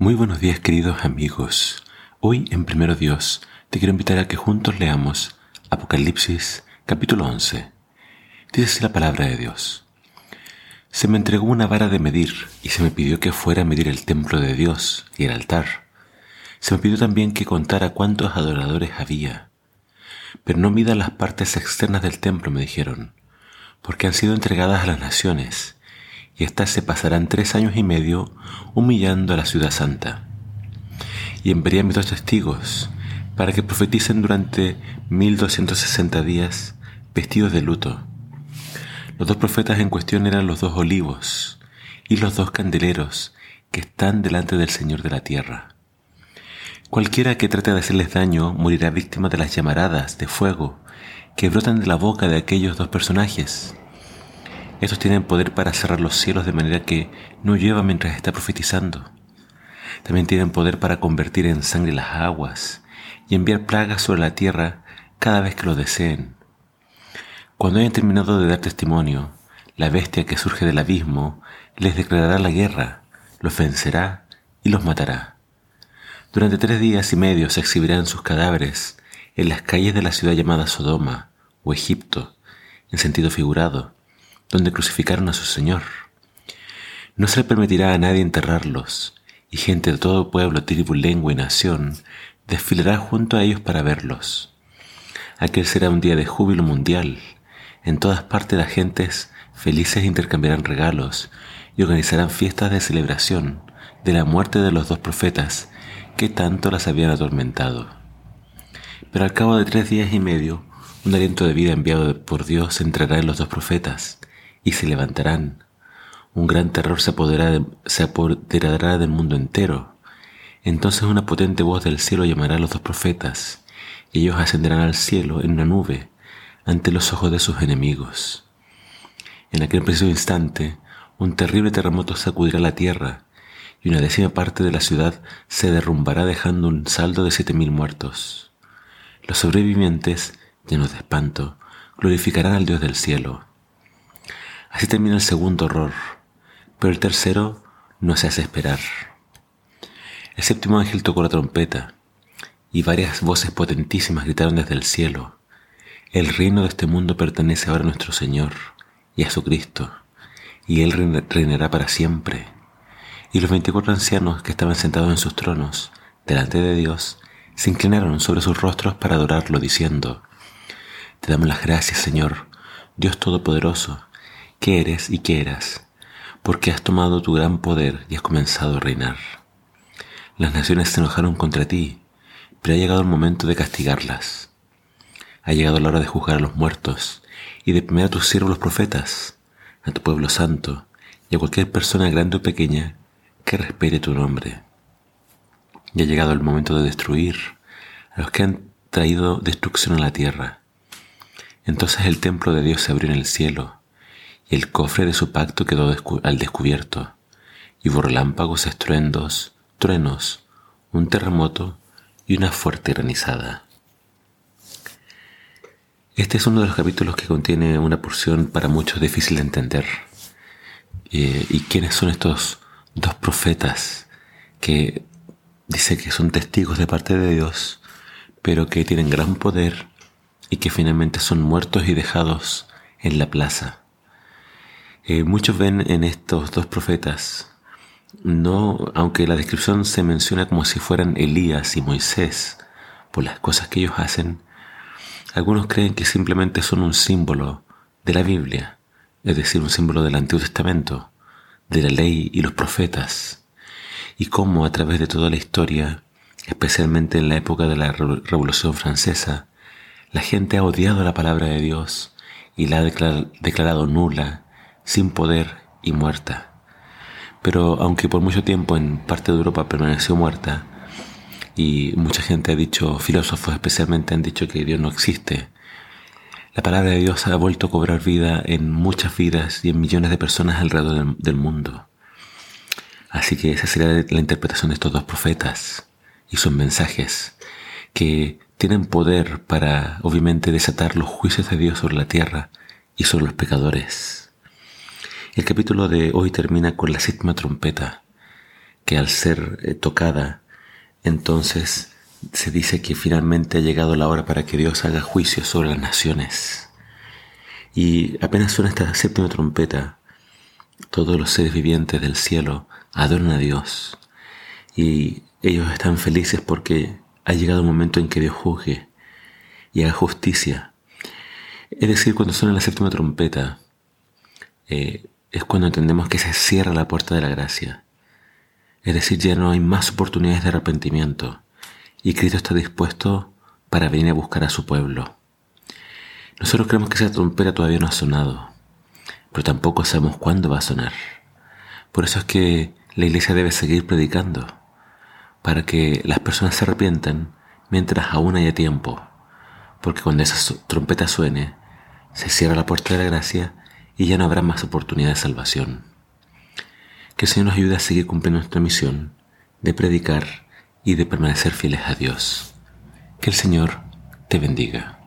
Muy buenos días, queridos amigos. Hoy en Primero Dios te quiero invitar a que juntos leamos Apocalipsis capítulo 11. Dice así la palabra de Dios. Se me entregó una vara de medir y se me pidió que fuera a medir el templo de Dios y el altar. Se me pidió también que contara cuántos adoradores había. Pero no mida las partes externas del templo, me dijeron, porque han sido entregadas a las naciones, y éstas se pasarán 3 años y medio humillando a la ciudad santa. Y enviaré a mis 2 testigos, para que profeticen durante 1260 días, vestidos de luto. Los 2 profetas en cuestión eran los 2 olivos, y los 2 candeleros que están delante del Señor de la tierra. Cualquiera que trate de hacerles daño morirá víctima de las llamaradas de fuego que brotan de la boca de aquellos 2 personajes. Estos tienen poder para cerrar los cielos de manera que no llueva mientras está profetizando. También tienen poder para convertir en sangre las aguas y enviar plagas sobre la tierra cada vez que lo deseen. Cuando hayan terminado de dar testimonio, la bestia que surge del abismo les declarará la guerra, los vencerá y los matará. Durante 3 días y medio se exhibirán sus cadáveres en las calles de la ciudad llamada Sodoma o Egipto, en sentido figurado, donde crucificaron a su Señor. No se le permitirá a nadie enterrarlos, y gente de todo pueblo, tribu, lengua y nación desfilará junto a ellos para verlos. Aquel será un día de júbilo mundial. En todas partes las gentes felices intercambiarán regalos y organizarán fiestas de celebración de la muerte de los 2 profetas que tanto las habían atormentado. Pero al cabo de 3 días y medio, un aliento de vida enviado por Dios entrará en los 2 profetas, y se levantarán. Un gran terror se apoderará del mundo entero. Entonces una potente voz del cielo llamará a los 2 profetas, y ellos ascenderán al cielo en una nube, ante los ojos de sus enemigos. En aquel preciso instante, un terrible terremoto sacudirá la tierra, y una 10ª parte de la ciudad se derrumbará dejando un saldo de 7,000 muertos. Los sobrevivientes, llenos de espanto, glorificarán al Dios del cielo. Así termina el segundo horror, pero el tercero no se hace esperar. El 7º ángel tocó la trompeta, y varias voces potentísimas gritaron desde el cielo: El reino de este mundo pertenece ahora a nuestro Señor y a su Cristo, y Él reinará para siempre. Y los 24 ancianos que estaban sentados en sus tronos, delante de Dios, se inclinaron sobre sus rostros para adorarlo, diciendo: Te damos las gracias, Señor, Dios Todopoderoso, que eres y que eras, porque has tomado tu gran poder y has comenzado a reinar. Las naciones se enojaron contra ti, pero ha llegado el momento de castigarlas. Ha llegado la hora de juzgar a los muertos y de premiar a tus siervos los profetas, a tu pueblo santo y a cualquier persona grande o pequeña que respete tu nombre. Y ha llegado el momento de destruir a los que han traído destrucción a la tierra. Entonces el templo de Dios se abrió en el cielo, y el cofre de su pacto quedó al descubierto, y hubo relámpagos, estruendos, truenos, un terremoto y una fuerte granizada. Este es uno de los capítulos que contiene una porción para muchos difícil de entender. ¿Y quiénes son estos 2 profetas que dice que son testigos de parte de Dios, pero que tienen gran poder y que finalmente son muertos y dejados en la plaza? Muchos ven en estos 2 profetas, aunque la descripción se menciona como si fueran Elías y Moisés, por las cosas que ellos hacen, algunos creen que simplemente son un símbolo de la Biblia, es decir, un símbolo del Antiguo Testamento, de la ley y los profetas, y cómo a través de toda la historia, especialmente en la época de la Revolución Francesa, la gente ha odiado la palabra de Dios y la ha declarado nula, sin poder y muerta. Pero aunque por mucho tiempo en parte de Europa permaneció muerta, y mucha gente ha dicho, filósofos especialmente han dicho que Dios no existe, la palabra de Dios ha vuelto a cobrar vida en muchas vidas y en millones de personas alrededor del mundo. Así que esa sería la interpretación de estos 2 profetas y sus mensajes, que tienen poder para, obviamente, desatar los juicios de Dios sobre la tierra y sobre los pecadores. El capítulo de hoy termina con la 7ª trompeta, que al ser tocada, entonces se dice que finalmente ha llegado la hora para que Dios haga juicio sobre las naciones. Y apenas suena esta séptima trompeta, todos los seres vivientes del cielo adoran a Dios. Y ellos están felices porque ha llegado el momento en que Dios juzgue y haga justicia. Es decir, cuando suena la séptima trompeta, es cuando entendemos que se cierra la puerta de la gracia. Es decir, ya no hay más oportunidades de arrepentimiento y Cristo está dispuesto para venir a buscar a su pueblo. Nosotros creemos que esa trompeta todavía no ha sonado, pero tampoco sabemos cuándo va a sonar. Por eso es que la iglesia debe seguir predicando, para que las personas se arrepientan mientras aún haya tiempo, porque cuando esa trompeta suene, se cierra la puerta de la gracia y ya no habrá más oportunidad de salvación. Que el Señor nos ayude a seguir cumpliendo nuestra misión de predicar y de permanecer fieles a Dios. Que el Señor te bendiga.